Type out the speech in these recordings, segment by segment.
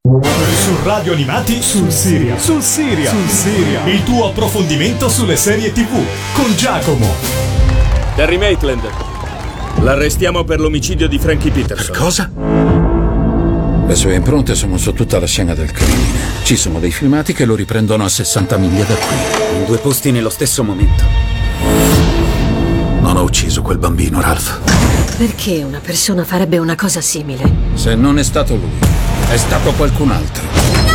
Su Radio Animati sul Siria. Il tuo approfondimento sulle serie TV con Giacomo. Terry Maitland. L'arrestiamo per l'omicidio di Frankie Peterson. Per cosa? Le sue impronte sono su tutta la scena del crimine. Ci sono dei filmati che lo riprendono a 60 miglia da qui. In 2 posti nello stesso momento. Non ho ucciso quel bambino, Ralph. Perché una persona farebbe una cosa simile? Se non è stato lui, è stato qualcun altro.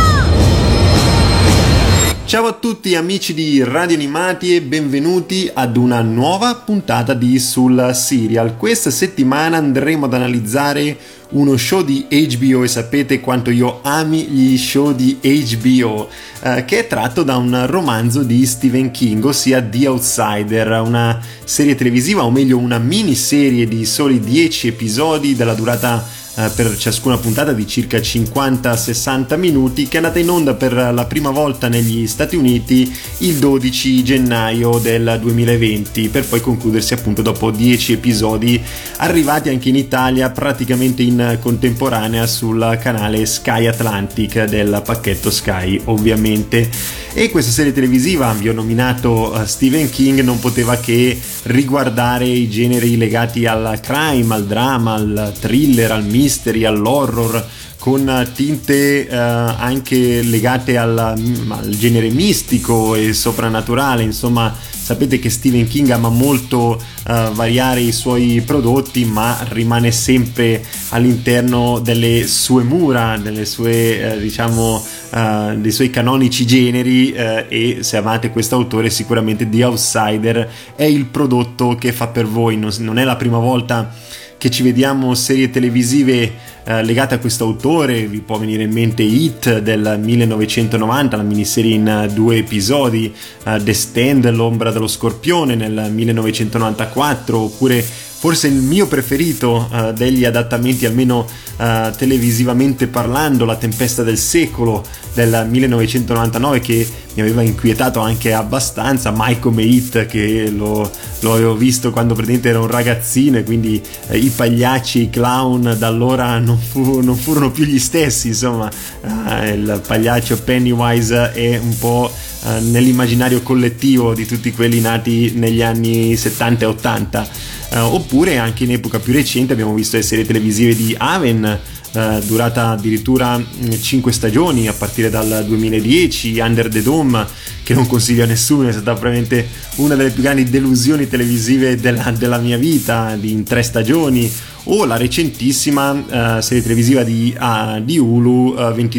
Ciao a tutti amici di Radio Animati e benvenuti ad una nuova puntata di Sul Serial. Questa settimana andremo ad analizzare uno show di HBO, e sapete quanto io ami gli show di HBO, che è tratto da un romanzo di Stephen King, ossia The Outsider, una serie televisiva, o meglio una miniserie di soli 10 episodi della durata per ciascuna puntata di circa 50-60 minuti, che è andata in onda per la prima volta negli Stati Uniti il 12 gennaio del 2020, per poi concludersi appunto dopo 10 episodi arrivati anche in Italia praticamente in contemporanea sul canale Sky Atlantic del pacchetto Sky, ovviamente. E questa serie televisiva, vi ho nominato Stephen King, non poteva che riguardare i generi legati al crime, al drama, al thriller, al mystery, all'horror, con tinte anche legate al genere mistico e soprannaturale. Insomma, sapete che Stephen King ama molto variare i suoi prodotti, ma rimane sempre all'interno delle sue mura, delle sue dei suoi canonici generi, e se amate questo autore sicuramente The Outsider è il prodotto che fa per voi. Non è la prima volta che ci vediamo serie televisive legate a questo autore. Vi può venire in mente It del 1990, la miniserie in 2 episodi, The Stand, l'ombra dello scorpione nel 1994, oppure forse il mio preferito degli adattamenti, almeno televisivamente parlando, La tempesta del secolo del 1999, che mi aveva inquietato anche abbastanza, mai come It, che lo avevo visto quando praticamente ero un ragazzino, e quindi i pagliacci, i clown da allora non furono più gli stessi. Insomma, il pagliaccio Pennywise è un po' nell'immaginario collettivo di tutti quelli nati negli anni 70 e 80. Oppure anche in epoca più recente abbiamo visto le serie televisive di Haven, durata addirittura 5 stagioni a partire dal 2010, Under the Dome, che non consiglio a nessuno, è stata probabilmente una delle più grandi delusioni televisive della mia vita, in 3 stagioni, o la recentissima serie televisiva di Hulu,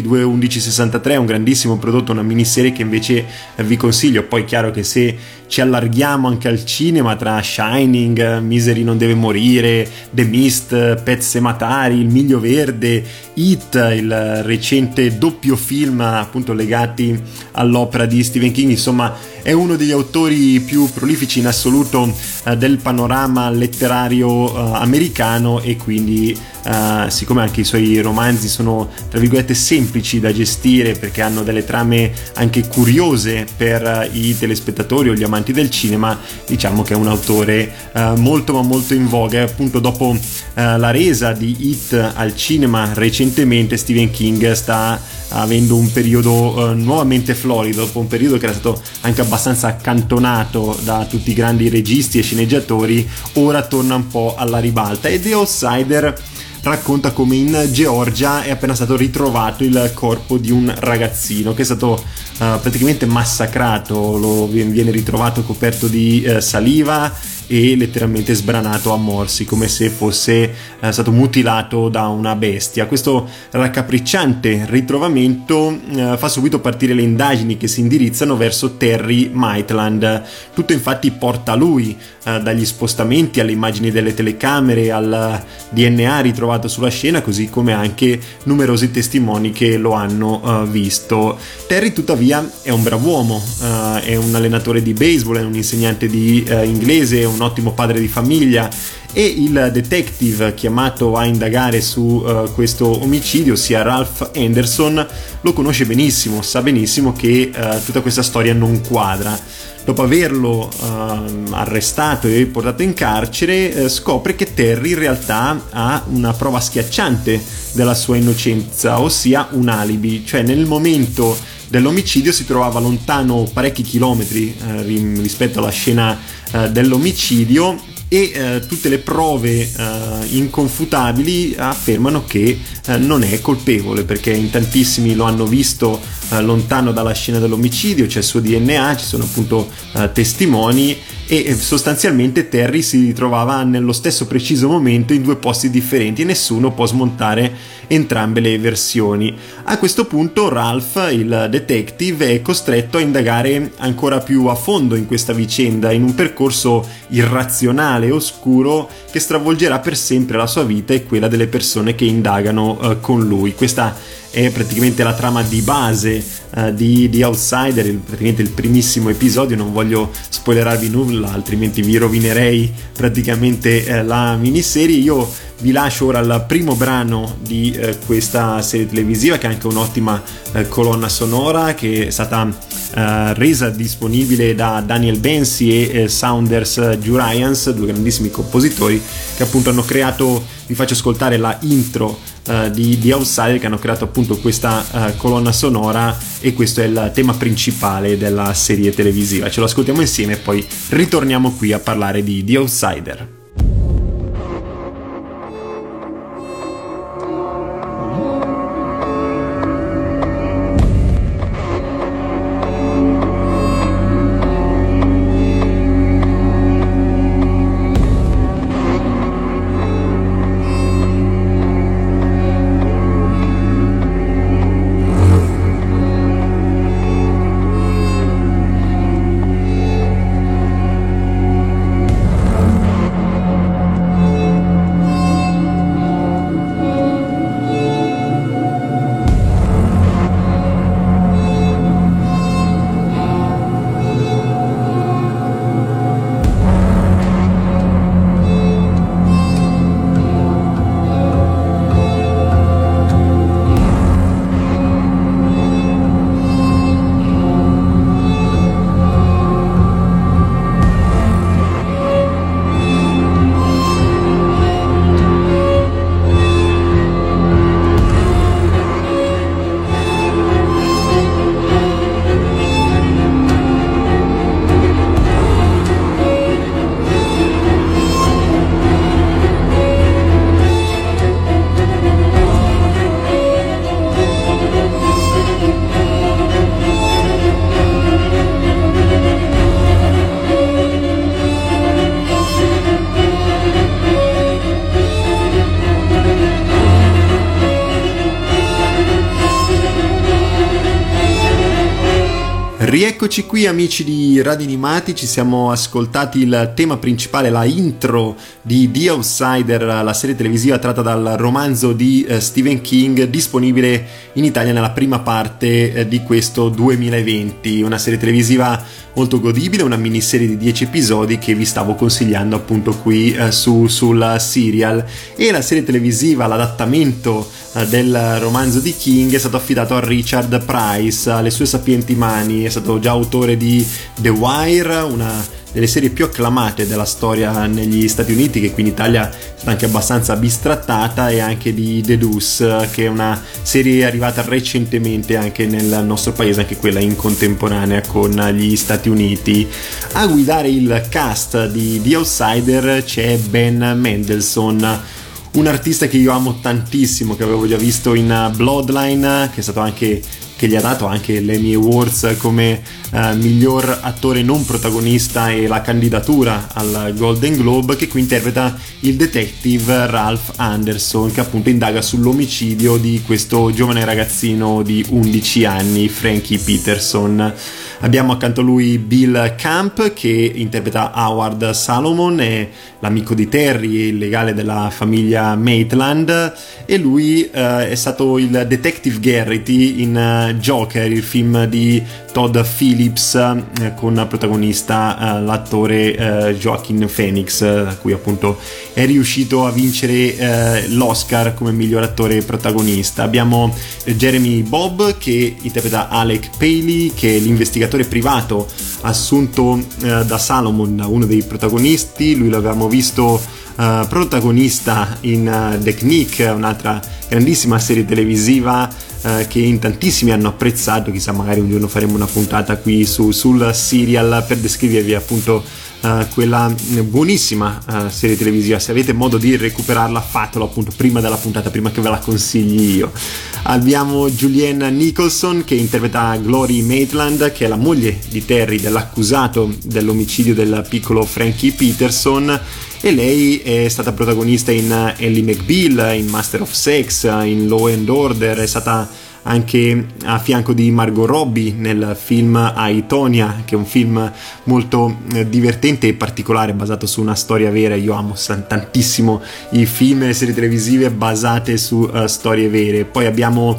22-11-63, un grandissimo prodotto, una miniserie che invece vi consiglio. Poi chiaro che se ci allarghiamo anche al cinema, tra Shining, Misery non deve morire, The Mist, Pet Sematari, Il Miglio Verde, It, il recente doppio film appunto legati all'opera di Stephen King, insomma è uno degli autori più prolifici in assoluto del panorama letterario americano, e quindi siccome anche i suoi romanzi sono tra virgolette semplici da gestire, perché hanno delle trame anche curiose per i telespettatori o gli amanti del cinema, diciamo che è un autore molto ma molto in voga. Appunto dopo la resa di It al cinema recentemente, Stephen King sta avendo un periodo nuovamente florido, dopo un periodo che era stato anche abbastanza accantonato da tutti i grandi registi e sceneggiatori. Ora torna un po' alla ribalta, e The Outsider racconta come in Georgia è appena stato ritrovato il corpo di un ragazzino che è stato praticamente massacrato. Viene ritrovato coperto di saliva e letteralmente sbranato a morsi, come se fosse stato mutilato da una bestia. Questo raccapricciante ritrovamento fa subito partire le indagini che si indirizzano verso Terry Maitland. Tutto infatti porta a lui, dagli spostamenti alle immagini delle telecamere, al DNA ritrovato sulla scena, così come anche numerosi testimoni che lo hanno visto. Terry tuttavia è un brav'uomo, è un allenatore di baseball, è un insegnante di inglese, è un un ottimo padre di famiglia, e il detective chiamato a indagare su questo omicidio, ossia Ralph Anderson, lo conosce benissimo, sa benissimo che tutta questa storia non quadra. Dopo averlo arrestato e portato in carcere, scopre che Terry in realtà ha una prova schiacciante della sua innocenza, ossia un alibi, cioè nel momento dell'omicidio si trovava lontano parecchi chilometri rispetto alla scena dell'omicidio, e tutte le prove inconfutabili affermano che non è colpevole, perché in tantissimi lo hanno visto lontano dalla scena dell'omicidio, c'è il suo DNA, ci sono appunto testimoni, e sostanzialmente Terry si ritrovava nello stesso preciso momento in due posti differenti e nessuno può smontare entrambe le versioni. A questo punto Ralph, il detective, è costretto a indagare ancora più a fondo in questa vicenda, in un percorso irrazionale e oscuro che stravolgerà per sempre la sua vita e quella delle persone che indagano con lui. Questa è praticamente la trama di base di Outsider, praticamente il primissimo episodio. Non voglio spoilerarvi nulla, altrimenti vi rovinerei praticamente la miniserie. Io vi lascio ora al primo brano di questa serie televisiva, che è anche un'ottima colonna sonora, che è stata resa disponibile da Daniel Bensi e Saunders Jurrians, due grandissimi compositori che appunto hanno creato, vi faccio ascoltare la intro di Outsider, che hanno creato appunto questa colonna sonora, e questo è il tema principale della serie televisiva. Ce lo ascoltiamo insieme e poi ritorniamo qui a parlare di The Outsider. Rieccoci qui amici di Radio Animati, ci siamo ascoltati il tema principale, la intro di The Outsider, la serie televisiva tratta dal romanzo di Stephen King, disponibile in Italia nella prima parte di questo 2020, una serie televisiva molto godibile, una miniserie di 10 episodi che vi stavo consigliando appunto qui sul Serial. E la serie televisiva, l'adattamento del romanzo di King, è stato affidato a Richard Price, alle sue sapienti mani. È stato già autore di The Wire, una delle serie più acclamate della storia negli Stati Uniti, che qui in Italia è stata anche abbastanza bistrattata, e anche di The Deuce, che è una serie arrivata recentemente anche nel nostro paese, anche quella in contemporanea con gli Stati Uniti. A guidare il cast di The Outsider c'è Ben Mendelsohn, un artista che io amo tantissimo, che avevo già visto in Bloodline, che gli ha dato anche l'Emmy Awards come miglior attore non protagonista e la candidatura al Golden Globe, che qui interpreta il detective Ralph Anderson, che appunto indaga sull'omicidio di questo giovane ragazzino di 11 anni, Frankie Peterson. Abbiamo accanto a lui Bill Camp, che interpreta Howard Salomon, è l'amico di Terry, il legale della famiglia Maitland, e lui è stato il Detective Garrity in Joker, il film di Todd Phillips, con protagonista l'attore Joaquin Phoenix, a cui appunto è riuscito a vincere l'Oscar come miglior attore protagonista. Abbiamo Jeremy Bobb, che interpreta Alec Paley, che è l'investigatore privato assunto da Salomon, uno dei protagonisti. Lui l'avevamo visto protagonista in The Knick, un'altra grandissima serie televisiva che in tantissimi hanno apprezzato. Chissà, magari un giorno faremo una puntata qui sul serial per descrivervi appunto quella buonissima serie televisiva. Se avete modo di recuperarla, fatelo appunto prima della puntata, prima che ve la consigli io. Abbiamo Julianne Nicholson, che interpreta Glory Maitland, che è la moglie di Terry, dell'accusato dell'omicidio del piccolo Frankie Peterson, e lei è stata protagonista in Ally McBeal, in Master of Sex, in Law and Order, è stata anche a fianco di Margot Robbie nel film I, Tonya, che è un film molto divertente e particolare, basato su una storia vera. Io amo tantissimo i film e le serie televisive basate su storie vere. Poi abbiamo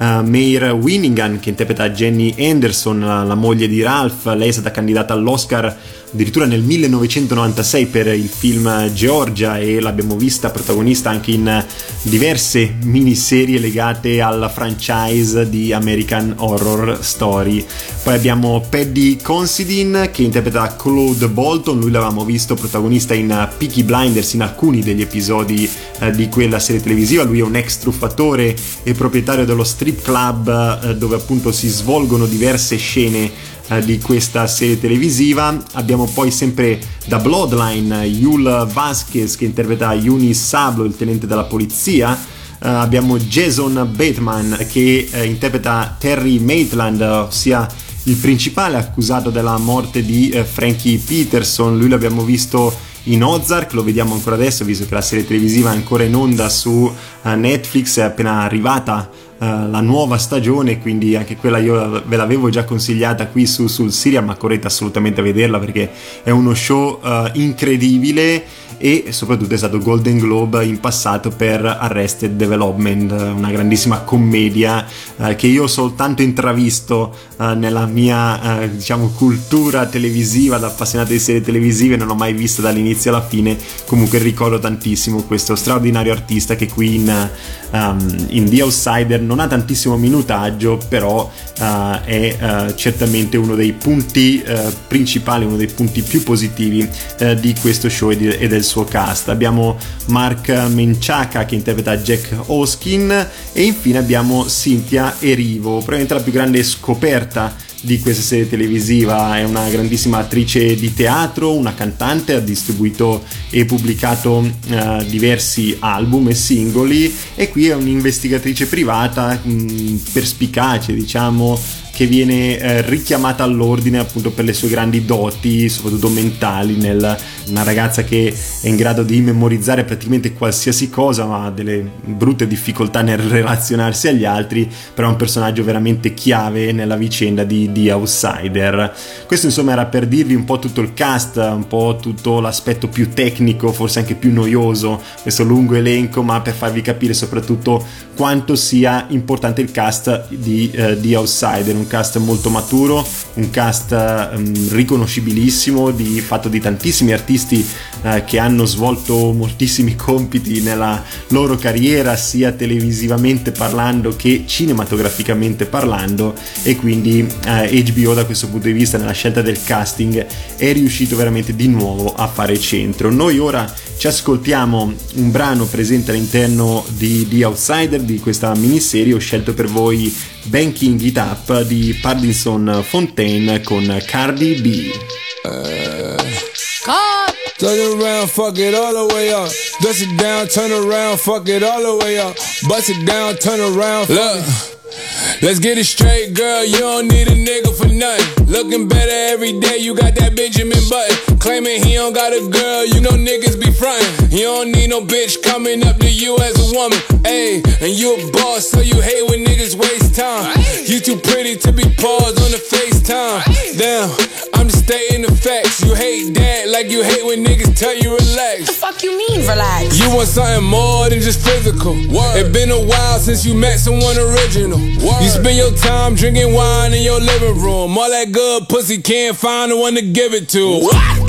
Mare Winningham, che interpreta Jenny Anderson, la moglie di Ralph. Lei è stata candidata all'Oscar addirittura nel 1996 per il film Georgia, e l'abbiamo vista protagonista anche in diverse miniserie legate alla franchise di American Horror Story. Poi abbiamo Paddy Considine, che interpreta Claude Bolton. Lui l'avevamo visto protagonista in Peaky Blinders, in alcuni degli episodi di quella serie televisiva. Lui è un ex truffatore e proprietario dello strip club dove appunto si svolgono diverse scene di questa serie televisiva. Abbiamo poi sempre da Bloodline Yul Vasquez, che interpreta Eunice Sablo, il tenente della polizia. Abbiamo Jason Bateman, che interpreta Terry Maitland, ossia il principale accusato della morte di Frankie Peterson. Lui l'abbiamo visto in Ozark, lo vediamo ancora adesso visto che la serie televisiva è ancora in onda su Netflix, è appena arrivata la nuova stagione, quindi anche quella io ve l'avevo già consigliata qui sul serial, ma correte assolutamente a vederla perché è uno show incredibile, e soprattutto è stato Golden Globe in passato per Arrested Development, una grandissima commedia che io ho soltanto intravisto nella mia diciamo cultura televisiva da appassionato di serie televisive, non l'ho mai vista dall'inizio alla fine. Comunque ricordo tantissimo questo straordinario artista che qui in The Outsider non ha tantissimo minutaggio, però è certamente uno dei punti principali, uno dei punti più positivi di questo show e del suo cast. Abbiamo Mark Menchaca, che interpreta Jack Hoskin, e infine abbiamo Cynthia Erivo, probabilmente la più grande scoperta di questa serie televisiva. È una grandissima attrice di teatro, una cantante, ha distribuito e pubblicato diversi album e singoli, e qui è un'investigatrice privata perspicace, diciamo, che viene richiamata all'ordine appunto per le sue grandi doti, soprattutto mentali, una ragazza che è in grado di memorizzare praticamente qualsiasi cosa, ma ha delle brutte difficoltà nel relazionarsi agli altri, però è un personaggio veramente chiave nella vicenda di The Outsider. Questo insomma era per dirvi un po' tutto il cast, un po' tutto l'aspetto più tecnico, forse anche più noioso, questo lungo elenco, ma per farvi capire soprattutto quanto sia importante il cast di The Outsider. Un cast molto maturo, un cast riconoscibilissimo, fatto di tantissimi artisti che hanno svolto moltissimi compiti nella loro carriera, sia televisivamente parlando che cinematograficamente parlando, e quindi HBO da questo punto di vista nella scelta del casting è riuscito veramente di nuovo a fare centro. Noi ora ci ascoltiamo un brano presente all'interno di The Outsider, di questa miniserie. Ho scelto per voi Banking It Up di Pardison Fontaine con Cardi B. Turn it around, fuck it all the way up. Dust it down, turn around, fuck it all the way up. Bust it down, turn around, look. Let's get it straight, girl, you don't need a nigga for nothing. Looking better every day, you got that Benjamin Button. Claiming he don't got a girl, you know niggas be frontin'. You don't need no bitch coming up to you as a woman. Ayy, and you a boss, so you hate when niggas waste time. You too pretty to be paused on the FaceTime. Damn, I'm just stating the facts. You hate that like you hate when niggas tell you relax. The fuck you mean relax? You want something more than just physical. It's been a while since you met someone original. You spend your time drinking wine in your living room. All that good pussy can't find the one to give it to.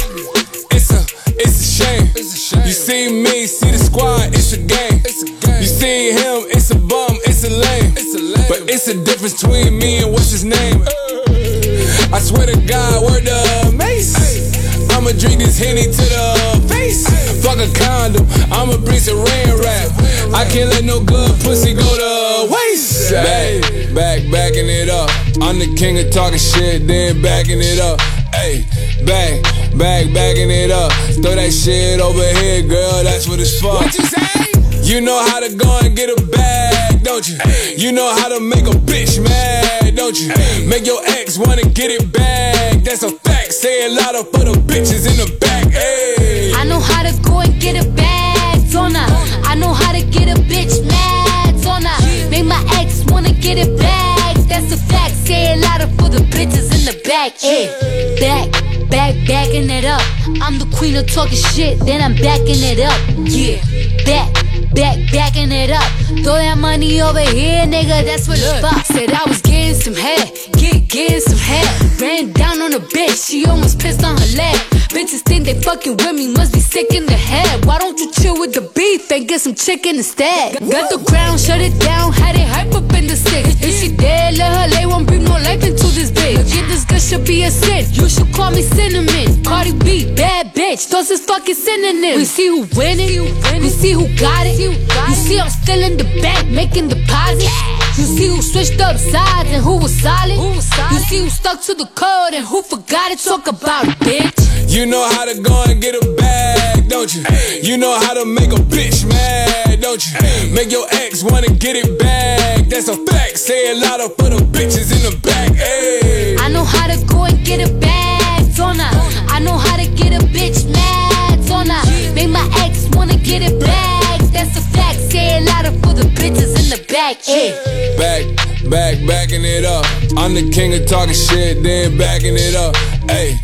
It's a shame. You see me, see the squad, it's a game. You see him, it's a bum, it's a lame. But it's a difference between me and what's his name. I swear to God, word to Mace. I'ma drink this Henny to the face. Fuck a condom, I'ma bring some rain rap. I can't let no good pussy go to waste. Backing it up. I'm the king of talking shit, then backing it up. Ayy, backing it up. Throw that shit over here, girl, that's what it's for. What you say? You know how to go and get a bag, don't you? You know how to make a bitch mad, don't you? Make your ex wanna get it back, that's a fact. Say it louder for the bitches in the back, ayy. I know how to go and get a bag, don't I? I know how to get a bitch mad, don't I? Make my ex wanna get it back, that's a fact. Say it louder for the bitches in the back, ayy. Backing it up. I'm the queen of talking shit, then I'm backing it up. Yeah, backing it up. Throw that money over here, nigga, that's what it's for. Said I was getting some head, getting some head. Ran down on a bitch, she almost pissed on her leg. Bitches think they fucking with me, must be sick in the head. Why don't you chill with the beef and get some chicken instead? Got the ground, shut it down, had it hype up in the stick. If she dead, let her lay, won't bring no life into this bitch. Yeah, this girl should be a sin, you should call me Cinnamon. Cardi B, bad bitch, those is fucking synonyms. We see who winning, we see who got it. You see I'm still in the bank, making deposits. You see who switched up sides and who was solid. You see who stuck to the code and who forgot it. Talk about it, bitch. You know how to go and get a bag, don't you? You know how to make a bitch mad, don't you? Make your ex wanna get it back, that's a fact. Say it louder for the bitches in the back, ayy. I know how to go and get a bag, don't I? I know how to get a bitch mad, don't I? Make my ex wanna get it back, that's a fact. Say it louder for the bitches in the back, ayy. Backing it up. I'm the king of talking shit, then backing it up. Ayy,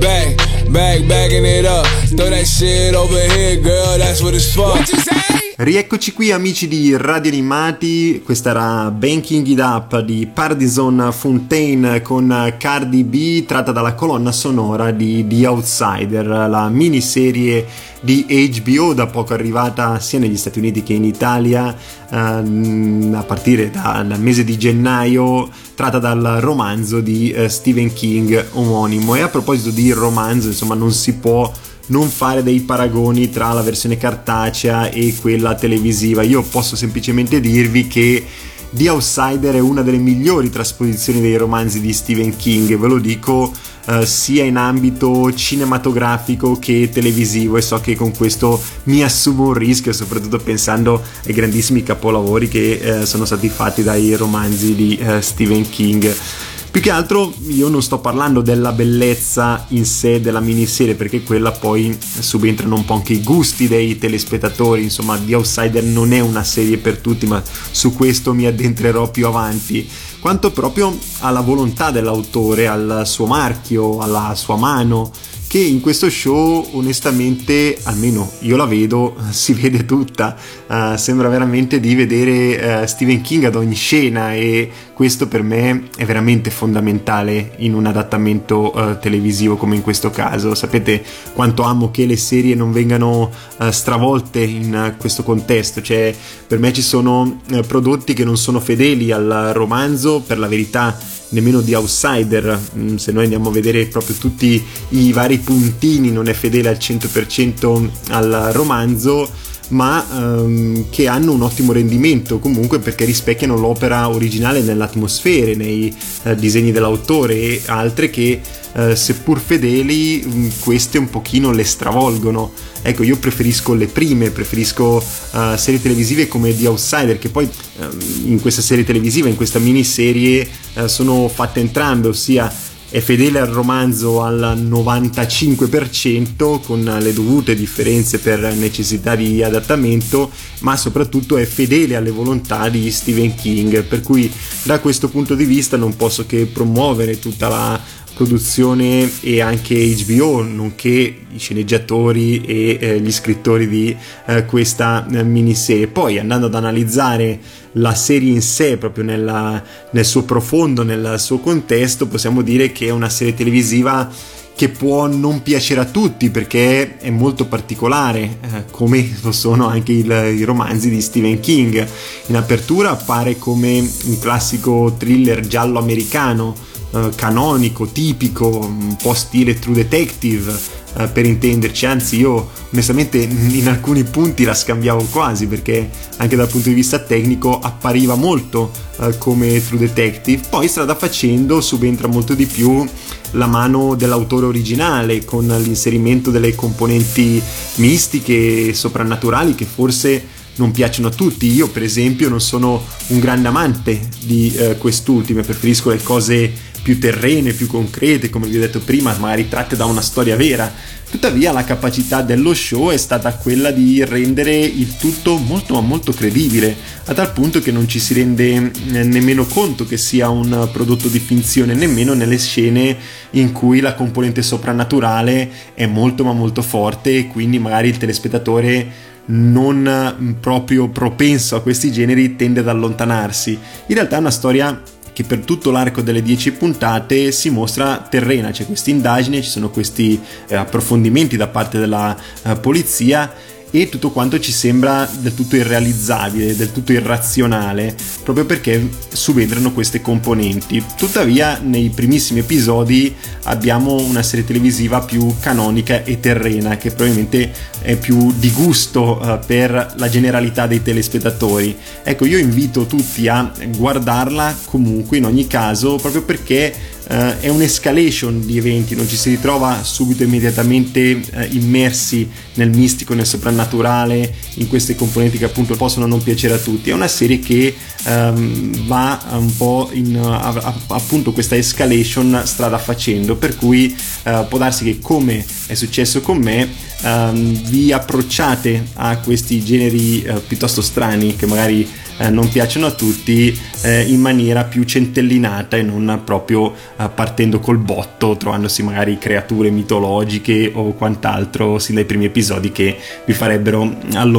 backing it up. Throw that shit over here, girl, that's what it's for. What you say? Rieccoci qui amici di Radio Animati, questa era Banking It Up di Pardison Fontaine con Cardi B, tratta dalla colonna sonora di The Outsider, la miniserie di HBO da poco arrivata sia negli Stati Uniti che in Italia a partire dal mese di gennaio, tratta dal romanzo di Stephen King omonimo. E a proposito di romanzo, insomma, non si può non fare dei paragoni tra la versione cartacea e quella televisiva. Io posso semplicemente dirvi che The Outsider è una delle migliori trasposizioni dei romanzi di Stephen King, ve lo dico sia in ambito cinematografico che televisivo, e so che con questo mi assumo un rischio, soprattutto pensando ai grandissimi capolavori che sono stati fatti dai romanzi di Stephen King. Più che altro io non sto parlando della bellezza in sé della miniserie, perché quella poi subentrano un po' anche i gusti dei telespettatori. Insomma, The Outsider non è una serie per tutti, ma su questo mi addentrerò più avanti, quanto proprio alla volontà dell'autore, al suo marchio, alla sua mano, che in questo show onestamente, almeno io la vedo, si vede tutta. Sembra veramente di vedere Stephen King ad ogni scena, e questo per me è veramente fondamentale in un adattamento televisivo come in questo caso. Sapete quanto amo che le serie non vengano stravolte in questo contesto, cioè per me ci sono prodotti che non sono fedeli al romanzo, per la verità nemmeno The Outsider, se noi andiamo a vedere proprio tutti i vari puntini, non è fedele al 100% al romanzo, ma che hanno un ottimo rendimento comunque, perché rispecchiano l'opera originale nelle atmosfere, nei disegni dell'autore, e altre che seppur fedeli queste un pochino le stravolgono. Ecco, io preferisco le prime, preferisco serie televisive come The Outsider, che poi in questa serie televisiva, in questa miniserie sono fatte entrambe, ossia è fedele al romanzo al 95%, con le dovute differenze per necessità di adattamento, ma soprattutto è fedele alle volontà di Stephen King, per cui da questo punto di vista non posso che promuovere tutta la produzione e anche HBO, nonché i sceneggiatori e gli scrittori di questa miniserie. Poi, andando ad analizzare la serie in sé, proprio nel suo profondo, nel suo contesto, possiamo dire che è una serie televisiva che può non piacere a tutti, perché è molto particolare, come lo sono anche i romanzi di Stephen King. In apertura appare come un classico thriller giallo americano, canonico, tipico, un po' stile True Detective, per intenderci. Anzi, io onestamente in alcuni punti la scambiavo quasi, perché anche dal punto di vista tecnico appariva molto come True Detective. Poi, strada facendo, subentra molto di più la mano dell'autore originale, con l'inserimento delle componenti mistiche e soprannaturali che forse non piacciono a tutti. Io, per esempio, non sono un grande amante di quest'ultime, preferisco le cose più terrene, più concrete, come vi ho detto prima, magari tratte da una storia vera. Tuttavia la capacità dello show è stata quella di rendere il tutto molto molto credibile, a tal punto che non ci si rende nemmeno conto che sia un prodotto di finzione, nemmeno nelle scene in cui la componente soprannaturale è molto ma molto forte, e quindi magari il telespettatore non proprio propenso a questi generi tende ad allontanarsi. In realtà è una storia che per tutto l'arco delle 10 puntate si mostra terrena, c'è questa indagine, ci sono questi approfondimenti da parte della polizia, e tutto quanto ci sembra del tutto irrealizzabile, del tutto irrazionale, proprio perché subentrano queste componenti. Tuttavia, nei primissimi episodi abbiamo una serie televisiva più canonica e terrena, che probabilmente è più di gusto per la generalità dei telespettatori. Ecco, io invito tutti a guardarla comunque, in ogni caso, proprio perché è un'escalation di eventi, non ci si ritrova subito immediatamente immersi nel mistico, nel soprannaturale, in queste componenti che appunto possono non piacere a tutti. È una serie che va un po' in appunto questa escalation strada facendo, per cui può darsi che, come è successo con me, vi approcciate a questi generi piuttosto strani, che magari non piacciono a tutti, in maniera più centellinata e non proprio partendo col botto, trovandosi magari creature mitologiche o quant'altro sin dai primi episodi, che vi farebbero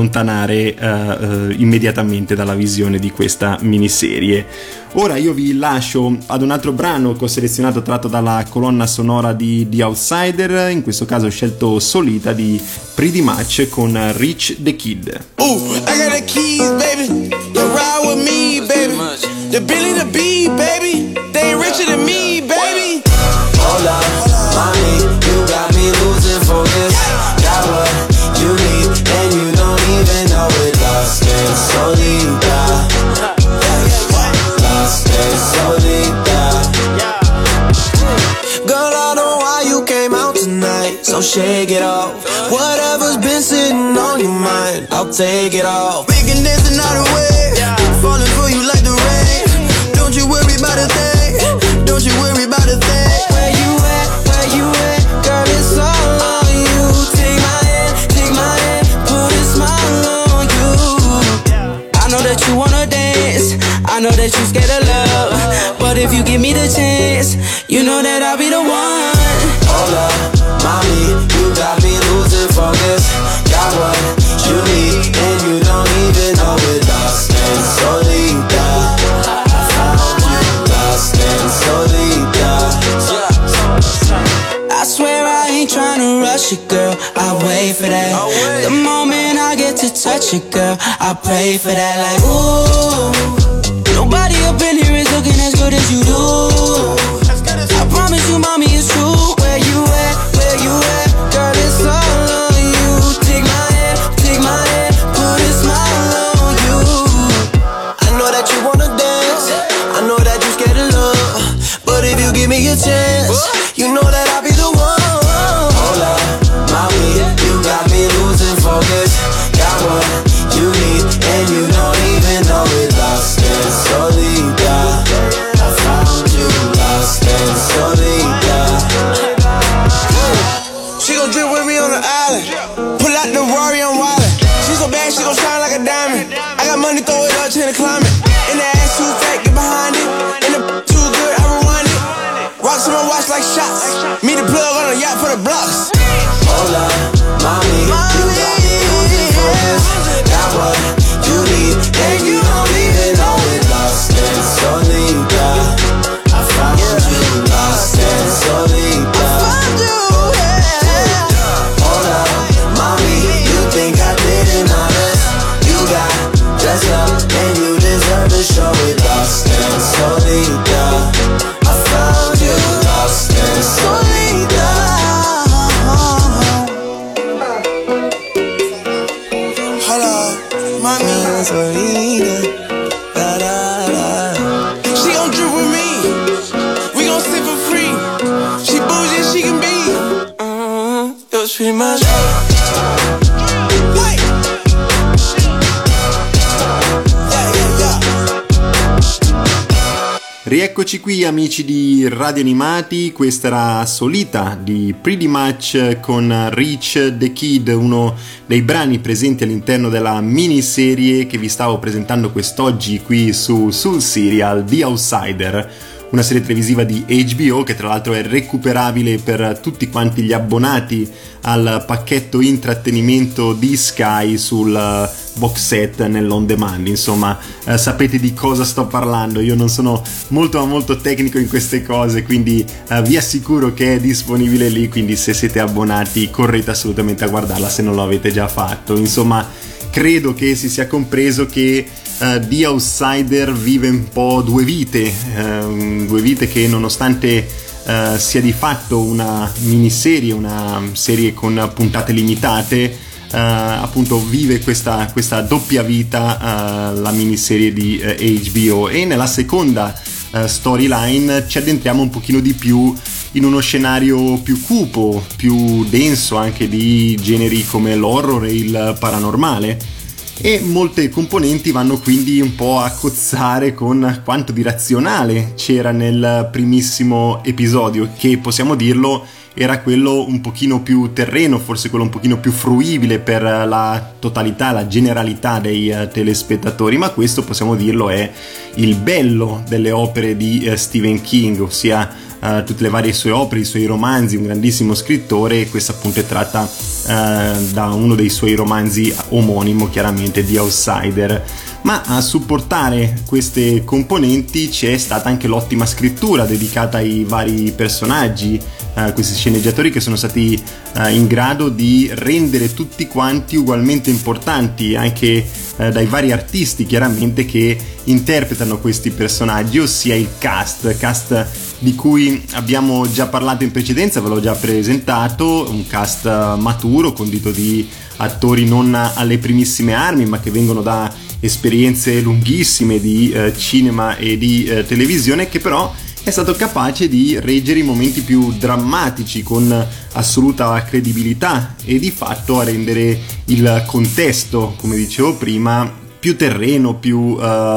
allontanare immediatamente dalla visione di questa miniserie. Ora io vi lascio ad un altro brano che ho selezionato, tratto dalla colonna sonora di The Outsider. In questo caso ho scelto Solita di Pretty Much con Rich the Kid. Ooh, I got the keys, baby. You ride with me, baby. The Billy the B, baby. They ain't richer than me, baby. Hold up, mommy, you got me losing focus. Got what you need, and you don't even know it. Lost and solita. Lost and solita. Girl, I know why you came out tonight, so shake it off. Whatever's been sitting on your mind, I'll take it off. We can dance another way, falling for you like the rain. Don't you worry about a thing, don't you worry about a thing. Where you at, girl, it's all on you. Take my hand, put a smile on you. I know that you wanna dance, I know that you scared of love, but if you give me the chance, you know that I'll be the one. Hold up, mommy, you got me losing focus. Got what you need, and you don't even know it. Lost and solita. I found you. Lost and solita. I swear I ain't tryna rush it, girl. I wait for that. The moment I get to touch it, girl, I pray for that. Like, ooh, nobody up in here is looking as good as you do. I promise you, mommy, it's true. Where you at, girl, it's all on you. Take my hand, put a smile on you. I know that you wanna dance, I know that you scared of love, but if you give me a chance, you know that I'll be the one. Hold up, mommy, you got me losing focus. Got what you need, and you don't even know it. Lost and solita. I found you. Lost and solita. too much. Rieccoci qui amici di Radio Animati, questa era Solita di Pretty Much con Rich the Kid, uno dei brani presenti all'interno della miniserie che vi stavo presentando quest'oggi qui sul Serial, The Outsider, una serie televisiva di HBO che tra l'altro è recuperabile per tutti quanti gli abbonati al pacchetto intrattenimento di Sky sul box set nell'on demand. Insomma, sapete di cosa sto parlando, io non sono molto tecnico in queste cose, quindi vi assicuro che è disponibile lì, quindi se siete abbonati correte assolutamente a guardarla se non lo avete già fatto. Insomma, credo che si sia compreso che The Outsider vive un po' due vite che nonostante sia di fatto una miniserie, una serie con puntate limitate, appunto vive questa doppia vita la miniserie di HBO, e nella seconda storyline ci addentriamo un pochino di più in uno scenario più cupo, più denso, anche di generi come l'horror e il paranormale, e molte componenti vanno quindi un po' a cozzare con quanto di razionale c'era nel primissimo episodio, che possiamo dirlo era quello un pochino più terreno, forse quello un pochino più fruibile per la totalità, la generalità dei telespettatori, ma questo possiamo dirlo è il bello delle opere di Stephen King, ossia tutte le varie sue opere, i suoi romanzi, un grandissimo scrittore, e questa appunto è tratta da uno dei suoi romanzi omonimo, chiaramente The Outsider. Ma a supportare queste componenti c'è stata anche l'ottima scrittura dedicata ai vari personaggi, questi sceneggiatori che sono stati in grado di rendere tutti quanti ugualmente importanti, anche dai vari artisti chiaramente che interpretano questi personaggi, ossia il cast di cui abbiamo già parlato in precedenza, ve l'ho già presentato, un cast maturo condito di attori non alle primissime armi, ma che vengono da esperienze lunghissime di cinema e di televisione, che però è stato capace di reggere i momenti più drammatici con assoluta credibilità e di fatto a rendere il contesto, come dicevo prima, più terreno, più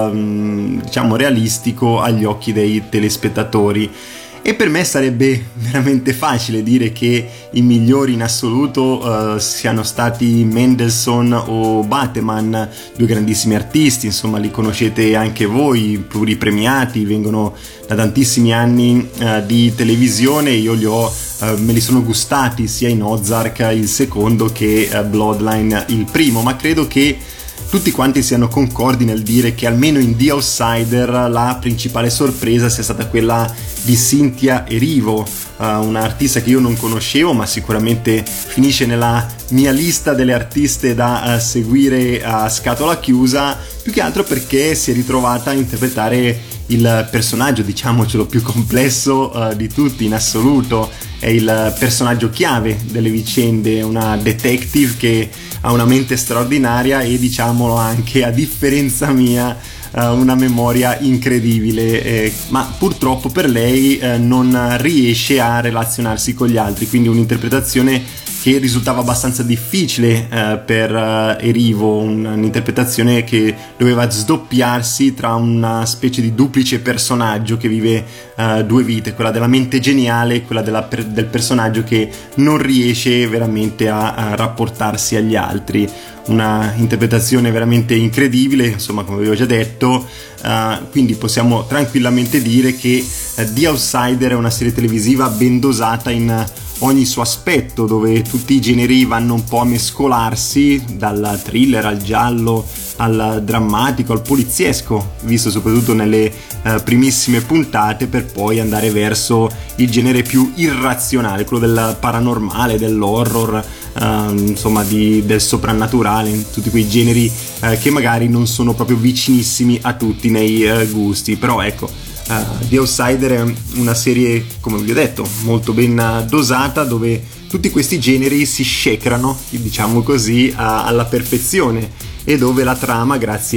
diciamo realistico agli occhi dei telespettatori. E per me sarebbe veramente facile dire che i migliori in assoluto siano stati Mendelssohn o Bateman, due grandissimi artisti, insomma li conoscete anche voi, pluripremiati, vengono da tantissimi anni di televisione. Io me li sono gustati sia in Ozark il secondo che Bloodline il primo, ma credo che tutti quanti siano concordi nel dire che almeno in The Outsider la principale sorpresa sia stata quella di Cynthia Erivo, un'artista che io non conoscevo ma sicuramente finisce nella mia lista delle artiste da seguire a scatola chiusa, più che altro perché si è ritrovata a interpretare il personaggio, diciamocelo, più complesso di tutti in assoluto. È il personaggio chiave delle vicende, una detective che ha una mente straordinaria e, diciamolo anche, a differenza mia, una memoria incredibile, ma purtroppo per lei non riesce a relazionarsi con gli altri, quindi un'interpretazione che risultava abbastanza difficile per Erivo, un'interpretazione che doveva sdoppiarsi tra una specie di duplice personaggio che vive due vite, quella della mente geniale e quella del personaggio che non riesce veramente a rapportarsi agli altri. Una interpretazione veramente incredibile, insomma, come vi ho già detto, quindi possiamo tranquillamente dire che The Outsider è una serie televisiva ben dosata in ogni suo aspetto, dove tutti i generi vanno un po' a mescolarsi, dal thriller al giallo al drammatico al poliziesco, visto soprattutto nelle primissime puntate, per poi andare verso il genere più irrazionale, quello del paranormale, dell'horror, insomma del soprannaturale, tutti quei generi che magari non sono proprio vicinissimi a tutti nei gusti. Però ecco, The Outsider è una serie, come vi ho detto, molto ben dosata, dove tutti questi generi si shakerano, diciamo così, alla perfezione, e dove la trama, grazie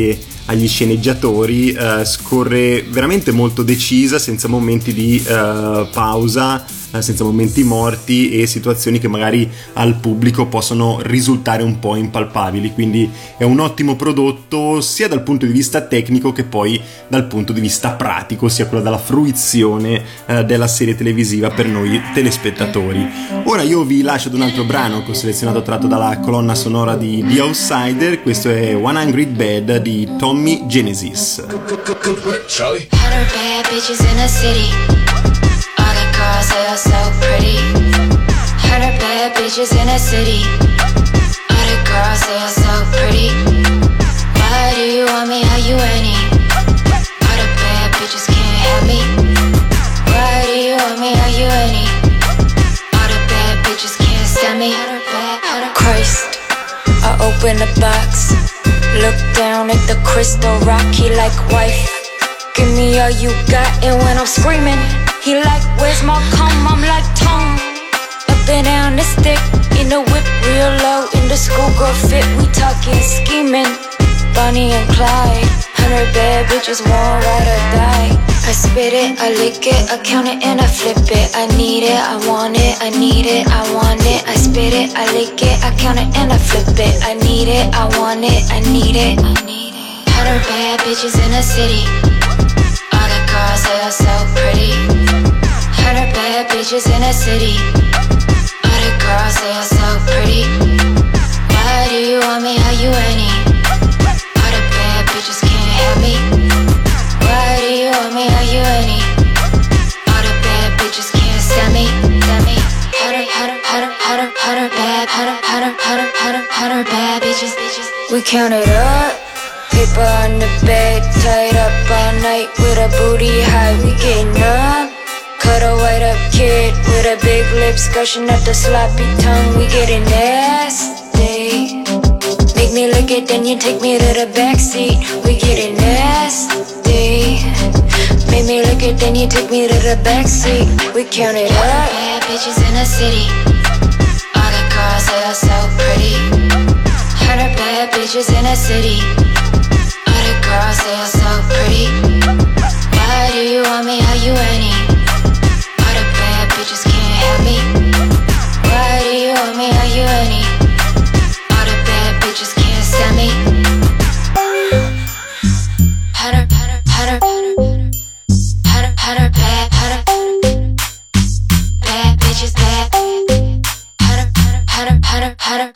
agli sceneggiatori, scorre veramente molto decisa, senza momenti di pausa, senza momenti morti e situazioni che magari al pubblico possono risultare un po' impalpabili. Quindi è un ottimo prodotto sia dal punto di vista tecnico che poi dal punto di vista pratico, sia quello della fruizione della serie televisiva per noi telespettatori. Ora io vi lascio ad un altro brano che ho selezionato tratto dalla colonna sonora di The Outsider. Questo è 100 Bad di Tommy Genesis. Charlie. Girls, they are so pretty. 100 bad bitches in the city. All the girls, they are so pretty. Why do you want me? Are you any? All the bad bitches can't have me. Why do you want me? Are you any? All the bad bitches can't stand me. Christ, I open the box. Look down at the crystal rocky like wife. Give me all you got, and when I'm screaming, he like, where's my cum? I'm like, tongue. Up and down the stick, in the whip real low, in the schoolgirl fit, we talking scheming. Bonnie and Clyde, 100 bad bitches, one ride or die. I spit it, I lick it, I count it and I flip it. I need it, I want it, I need it, I want it. I spit it, I lick it, I count it and I flip it. I need it, I want it, I need it, I need it. 100 bad bitches in the city. Girls, they are so pretty. 100 bad bitches in the city. All the girls, they are so pretty. Why do you want me? Are you any? All the bad bitches can't have me. Why do you want me? Are you any? All the bad bitches can't stand me. Stand me. 100 bad bitches. We count it up. Paper on the bed, tied up all night with a booty high, we getting up. Cut a white up kid with a big lips, gushing up the sloppy tongue, we getting nasty. Make me lick it, then you take me to the backseat, we getting nasty. Make me lick it, then you take me to the backseat, we count it up. Bad bitches in the city. All the girls, they are so pretty. 100 bad bitches in the city. Girls, they are so pretty. Why do you want me? Are you any? All the bad bitches can't have me. Why do you want me? Are you any? All the bad bitches can't stand me. 100 bad bitches, bad. 100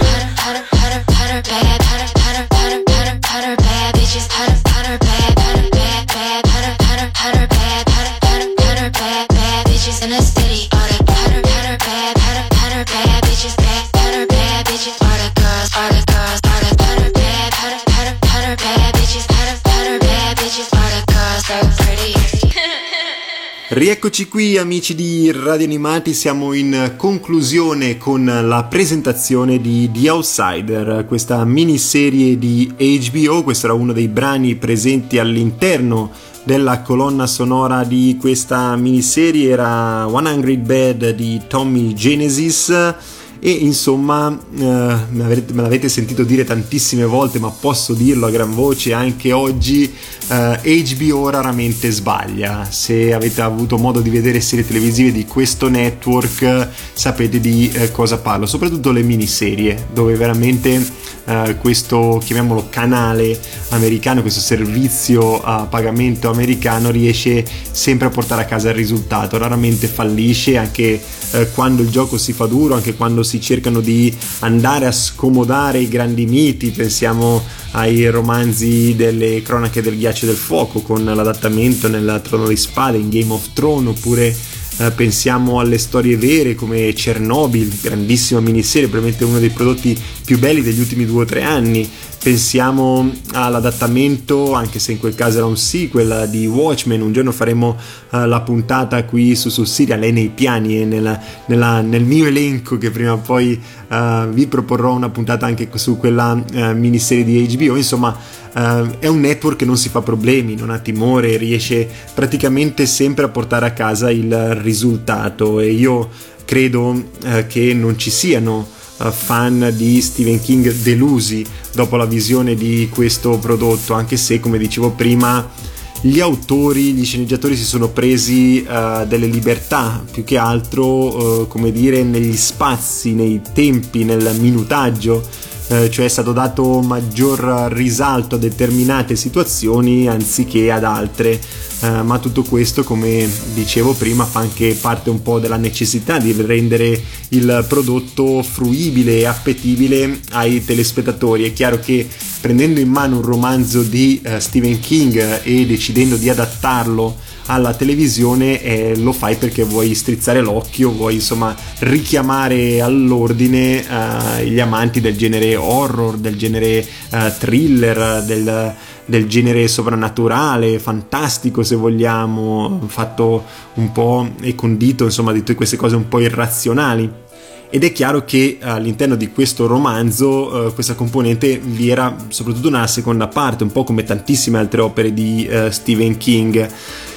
bitches in the city. All the 100 bad bitches, bad. 100 bad bitches. All the girls, all the girls, all the 100 bad bitches, 100 bad bitches. All the girls so pretty. Rieccoci qui amici di Radio Animati, siamo in conclusione con la presentazione di The Outsider, questa miniserie di HBO. Questo era uno dei brani presenti all'interno della colonna sonora di questa miniserie, era 100 Bad di Tommy Genesis. E insomma me l'avete sentito dire tantissime volte, ma posso dirlo a gran voce anche oggi, HBO raramente sbaglia. Se avete avuto modo di vedere serie televisive di questo network sapete di cosa parlo, soprattutto le miniserie, dove veramente questo, chiamiamolo, canale americano, questo servizio a pagamento americano riesce sempre a portare a casa il risultato, raramente fallisce, anche quando il gioco si fa duro, anche quando si cercano di andare a scomodare i grandi miti. Pensiamo ai romanzi delle cronache del ghiaccio e del fuoco con l'adattamento nel Trono di Spade, in Game of Thrones, oppure pensiamo alle storie vere come Chernobyl, grandissima miniserie, probabilmente uno dei prodotti più belli degli ultimi 2 o 3 anni. Pensiamo all'adattamento, anche se in quel caso era un sequel, di Watchmen. Un giorno faremo la puntata qui su Serial, è nei piani e nel mio elenco, che prima o poi vi proporrò una puntata anche su quella miniserie di HBO. Insomma, è un network che non si fa problemi, non ha timore, riesce praticamente sempre a portare a casa il risultato, e io credo che non ci siano fan di Stephen King delusi dopo la visione di questo prodotto, anche se, come dicevo prima, gli autori, gli sceneggiatori si sono presi delle libertà, più che altro come dire negli spazi, nei tempi, nel minutaggio, cioè è stato dato maggior risalto a determinate situazioni anziché ad altre, ma tutto questo, come dicevo prima, fa anche parte un po' della necessità di rendere il prodotto fruibile e appetibile ai telespettatori. È chiaro che prendendo in mano un romanzo di Stephen King e decidendo di adattarlo alla televisione, lo fai perché vuoi strizzare l'occhio, vuoi insomma richiamare all'ordine gli amanti del genere horror, del genere thriller, del genere sovrannaturale, fantastico se vogliamo, fatto un po' e condito insomma di tutte queste cose un po' irrazionali. Ed è chiaro che all'interno di questo romanzo questa componente vi era soprattutto una seconda parte, un po' come tantissime altre opere di Stephen King,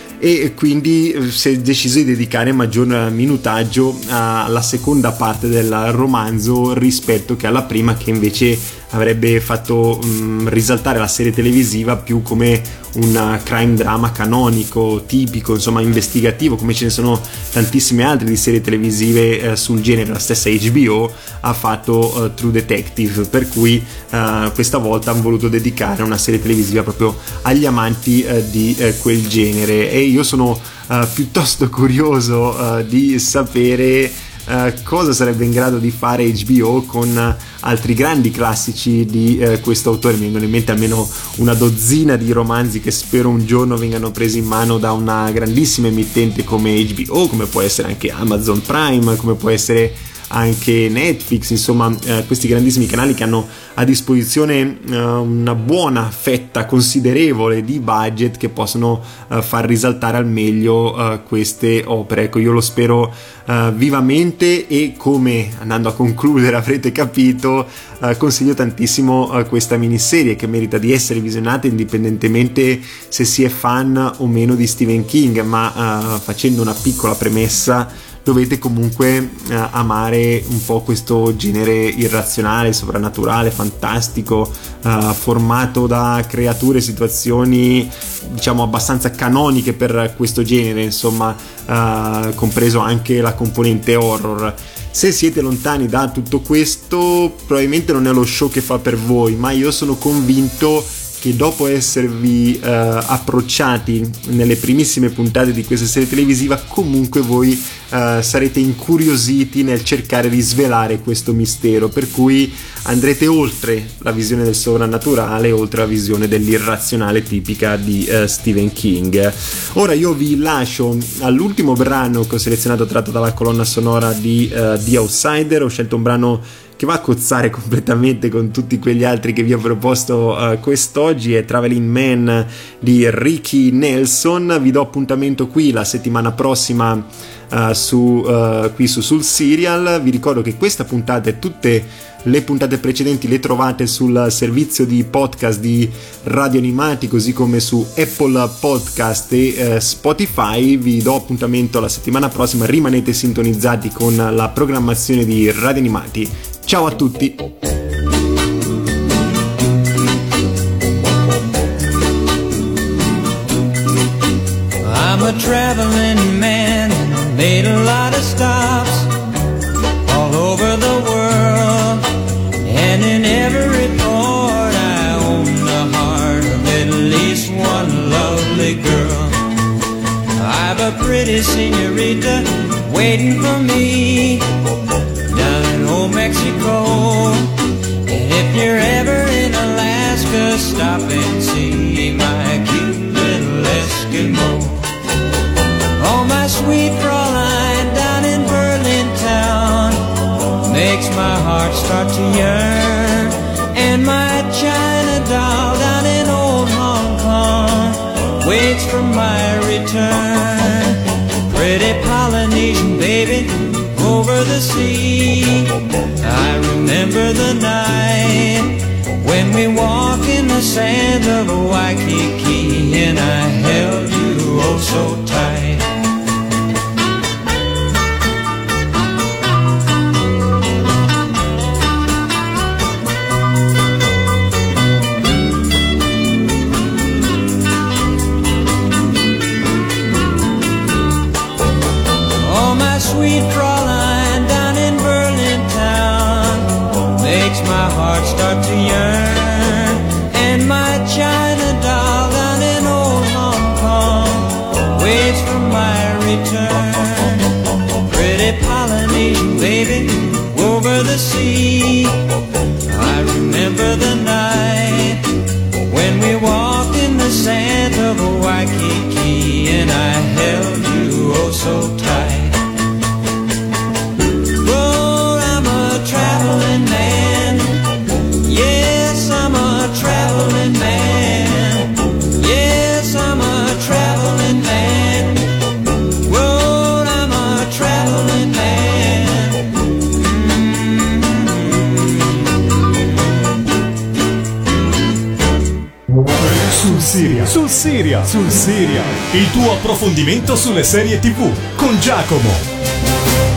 e quindi si è deciso di dedicare maggior minutaggio alla seconda parte del romanzo rispetto che alla prima, che invece avrebbe fatto risaltare la serie televisiva più come un crime drama canonico, tipico, insomma investigativo, come ce ne sono tantissime altre di serie televisive sul genere. La stessa HBO ha fatto True Detective, per cui questa volta hanno voluto dedicare una serie televisiva proprio agli amanti di quel genere, e io sono piuttosto curioso di sapere cosa sarebbe in grado di fare HBO con altri grandi classici di questo autore. Mi vengono in mente almeno una dozzina di romanzi che spero un giorno vengano presi in mano da una grandissima emittente come HBO, come può essere anche Amazon Prime, come può essere anche Netflix, insomma questi grandissimi canali che hanno a disposizione una buona fetta considerevole di budget che possono far risaltare al meglio queste opere. Ecco, io lo spero vivamente, e come, andando a concludere, avrete capito, consiglio tantissimo questa miniserie, che merita di essere visionata indipendentemente se si è fan o meno di Stephen King, ma facendo una piccola premessa: dovete comunque amare un po' questo genere irrazionale, sovrannaturale, fantastico, formato da creature e situazioni diciamo abbastanza canoniche per questo genere, insomma, compreso anche la componente horror. Se siete lontani da tutto questo, probabilmente non è lo show che fa per voi, ma io sono convinto che dopo esservi approcciati nelle primissime puntate di questa serie televisiva, comunque voi sarete incuriositi nel cercare di svelare questo mistero, per cui andrete oltre la visione del sovrannaturale, oltre la visione dell'irrazionale tipica di Stephen King. Ora io vi lascio all'ultimo brano che ho selezionato, tratto dalla colonna sonora di The Outsider. Ho scelto un brano che va a cozzare completamente con tutti quegli altri che vi ho proposto quest'oggi. È Traveling Man di Ricky Nelson. Vi do appuntamento qui la settimana prossima qui su Sul Serial. Vi ricordo che questa puntata e tutte le puntate precedenti le trovate sul servizio di podcast di Radio Animati, così come su Apple Podcast e Spotify. Vi do appuntamento la settimana prossima, rimanete sintonizzati con la programmazione di Radio Animati. Ciao a tutti! I'm a traveling man, made a lot of stops all over the world, and in every port I own the heart of at least one lovely girl. I've a pretty señorita waiting for me down in old Mexico, and if you're ever in Alaska, stop and see my cute little Eskimo. Oh, my sweet Fraulein down in Berlin town makes my heart start to yearn, and my China doll down in old Hong Kong waits for my return. Pretty Polynesian baby over the sea, I remember the night when we walked in the sands of Waikiki, and I held you oh so tight. sweet Fräulein down in Berlin town makes my heart start to yearn. And my China doll down in old Hong Kong waits for my return. Pretty Polynesian baby over the sea, I remember the night when we walked in the sand of Waikiki and I held you oh so tight. Oh, I'm a traveling man. Yes, I'm a traveling man. Yes, I'm a traveling man. Oh, I'm a traveling man. Sul Siria, il tuo approfondimento sulle serie TV con Giacomo.